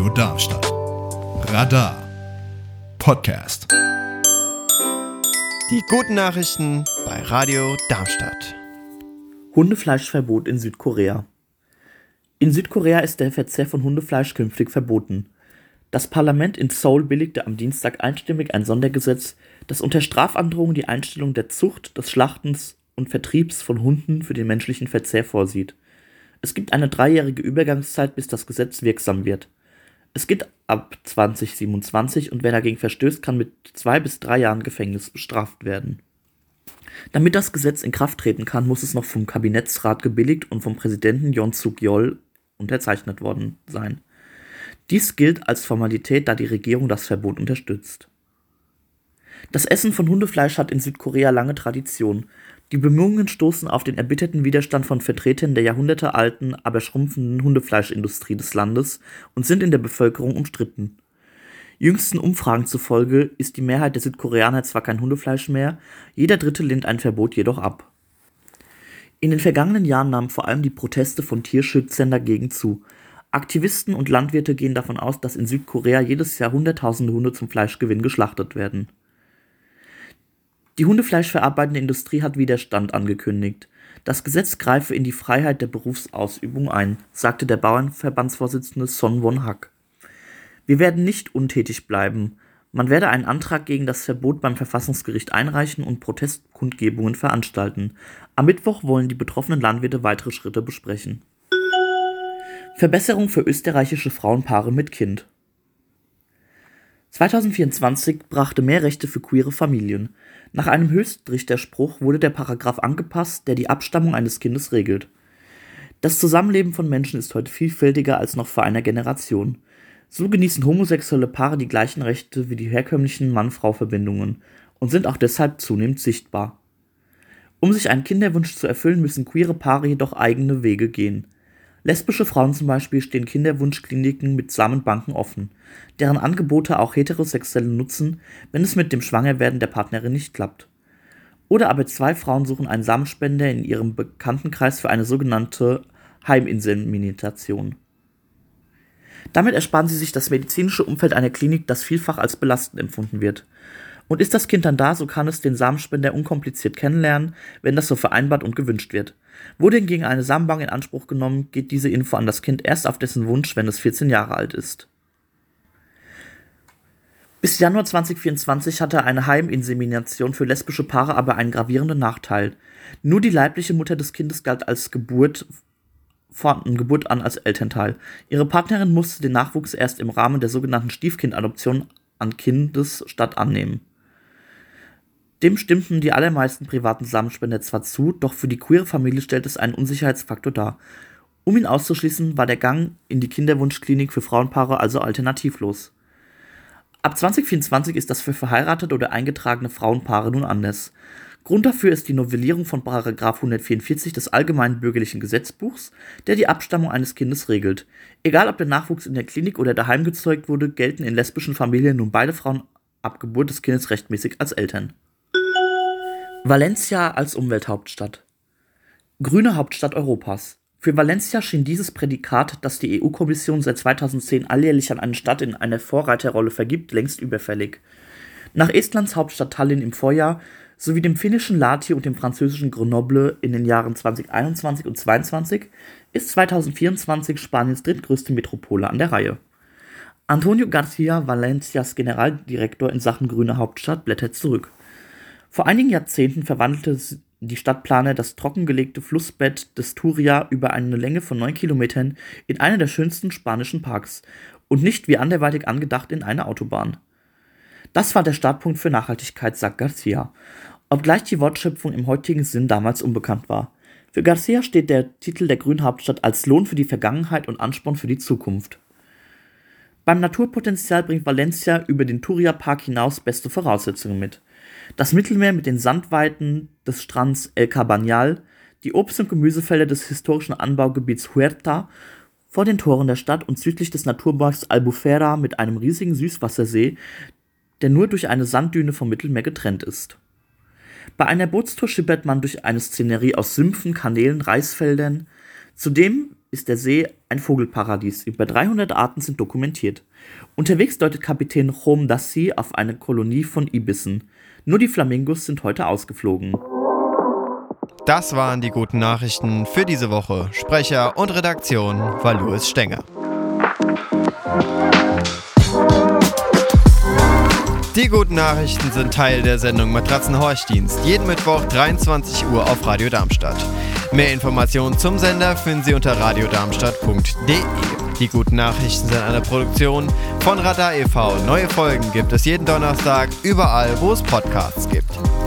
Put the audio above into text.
Radio Darmstadt. Radar Podcast. Die guten Nachrichten bei Radio Darmstadt. Hundefleischverbot in Südkorea. In Südkorea ist der Verzehr von Hundefleisch künftig verboten. Das Parlament in Seoul billigte am Dienstag einstimmig ein Sondergesetz, das unter Strafandrohung die Einstellung der Zucht, des Schlachtens und Vertriebs von Hunden für den menschlichen Verzehr vorsieht. Es gibt eine 3-jährige Übergangszeit, bis das Gesetz wirksam wird. Es gilt ab 2027 und wer dagegen verstößt, kann mit 2 bis 3 Jahren Gefängnis bestraft werden. Damit das Gesetz in Kraft treten kann, muss es noch vom Kabinettsrat gebilligt und vom Präsidenten Yoon Suk-yeol unterzeichnet worden sein. Dies gilt als Formalität, da die Regierung das Verbot unterstützt. Das Essen von Hundefleisch hat in Südkorea lange Tradition. Die Bemühungen stoßen auf den erbitterten Widerstand von Vertretern der jahrhundertealten, aber schrumpfenden Hundefleischindustrie des Landes und sind in der Bevölkerung umstritten. Jüngsten Umfragen zufolge isst die Mehrheit der Südkoreaner zwar kein Hundefleisch mehr, jeder Dritte lehnt ein Verbot jedoch ab. In den vergangenen Jahren nahmen vor allem die Proteste von Tierschützern dagegen zu. Aktivisten und Landwirte gehen davon aus, dass in Südkorea jedes Jahr Hunderttausende Hunde zum Fleischgewinn geschlachtet werden. Die hundefleischverarbeitende Industrie hat Widerstand angekündigt. Das Gesetz greife in die Freiheit der Berufsausübung ein, sagte der Bauernverbandsvorsitzende Son Won-hak. Wir werden nicht untätig bleiben. Man werde einen Antrag gegen das Verbot beim Verfassungsgericht einreichen und Protestkundgebungen veranstalten. Am Mittwoch wollen die betroffenen Landwirte weitere Schritte besprechen. Verbesserung für österreichische Frauenpaare mit Kind. 2024 brachte mehr Rechte für queere Familien. Nach einem Höchstrichterspruch wurde der Paragraph angepasst, der die Abstammung eines Kindes regelt. Das Zusammenleben von Menschen ist heute vielfältiger als noch vor einer Generation. So genießen homosexuelle Paare die gleichen Rechte wie die herkömmlichen Mann-Frau-Verbindungen und sind auch deshalb zunehmend sichtbar. Um sich einen Kinderwunsch zu erfüllen, müssen queere Paare jedoch eigene Wege gehen. Lesbische Frauen zum Beispiel stehen Kinderwunschkliniken mit Samenbanken offen, deren Angebote auch Heterosexuelle nutzen, wenn es mit dem Schwangerwerden der Partnerin nicht klappt. Oder aber 2 Frauen suchen einen Samenspender in ihrem Bekanntenkreis für eine sogenannte Heiminsemination. Damit ersparen sie sich das medizinische Umfeld einer Klinik, das vielfach als belastend empfunden wird. Und ist das Kind dann da, so kann es den Samenspender unkompliziert kennenlernen, wenn das so vereinbart und gewünscht wird. Wurde hingegen eine Samenbank in Anspruch genommen, geht diese Info an das Kind erst auf dessen Wunsch, wenn es 14 Jahre alt ist. Bis Januar 2024 hatte eine Heiminsemination für lesbische Paare aber einen gravierenden Nachteil. Nur die leibliche Mutter des Kindes galt als von Geburt an als Elternteil. Ihre Partnerin musste den Nachwuchs erst im Rahmen der sogenannten Stiefkindadoption an Kindesstatt annehmen. Dem stimmten die allermeisten privaten Samenspender zwar zu, doch für die queere Familie stellt es einen Unsicherheitsfaktor dar. Um ihn auszuschließen, war der Gang in die Kinderwunschklinik für Frauenpaare also alternativlos. Ab 2024 ist das für verheiratete oder eingetragene Frauenpaare nun anders. Grund dafür ist die Novellierung von § 144 des Allgemeinen Bürgerlichen Gesetzbuchs, der die Abstammung eines Kindes regelt. Egal ob der Nachwuchs in der Klinik oder daheim gezeugt wurde, gelten in lesbischen Familien nun beide Frauen ab Geburt des Kindes rechtmäßig als Eltern. Valencia als Umwelthauptstadt. Grüne Hauptstadt Europas. Für Valencia schien dieses Prädikat, das die EU-Kommission seit 2010 alljährlich an eine Stadt in einer Vorreiterrolle vergibt, längst überfällig. Nach Estlands Hauptstadt Tallinn im Vorjahr sowie dem finnischen Lahti und dem französischen Grenoble in den Jahren 2021 und 2022 ist 2024 Spaniens drittgrößte Metropole an der Reihe. Antonio García, Valencias Generaldirektor in Sachen Grüne Hauptstadt, blättert zurück. Vor einigen Jahrzehnten verwandelte die Stadtplaner das trockengelegte Flussbett des Turia über eine Länge von 9 Kilometern in einen der schönsten spanischen Parks und nicht wie anderweitig angedacht in eine Autobahn. Das war der Startpunkt für Nachhaltigkeit, sagt García, obgleich die Wortschöpfung im heutigen Sinn damals unbekannt war. Für García steht der Titel der Grünen Hauptstadt als Lohn für die Vergangenheit und Ansporn für die Zukunft. Beim Naturpotenzial bringt Valencia über den Turia-Park hinaus beste Voraussetzungen mit. Das Mittelmeer mit den Sandweiten des Strands El Cabanyal, die Obst- und Gemüsefelder des historischen Anbaugebiets Huerta vor den Toren der Stadt und südlich des Naturparks Albufera mit einem riesigen Süßwassersee, der nur durch eine Sanddüne vom Mittelmeer getrennt ist. Bei einer Bootstour schippert man durch eine Szenerie aus Sümpfen, Kanälen, Reisfeldern. Zudem ist der See ein Vogelparadies. Über 300 Arten sind dokumentiert. Unterwegs deutet Kapitän Jom Dassi auf eine Kolonie von Ibissen. Nur die Flamingos sind heute ausgeflogen. Das waren die guten Nachrichten für diese Woche. Sprecher und Redaktion war Louis Stenger. Die guten Nachrichten sind Teil der Sendung Matratzenhorchdienst, jeden Mittwoch 23 Uhr auf Radio Darmstadt. Mehr Informationen zum Sender finden Sie unter radiodarmstadt.de. Die guten Nachrichten sind eine Produktion von Radar e.V. Neue Folgen gibt es jeden Donnerstag, überall, wo es Podcasts gibt.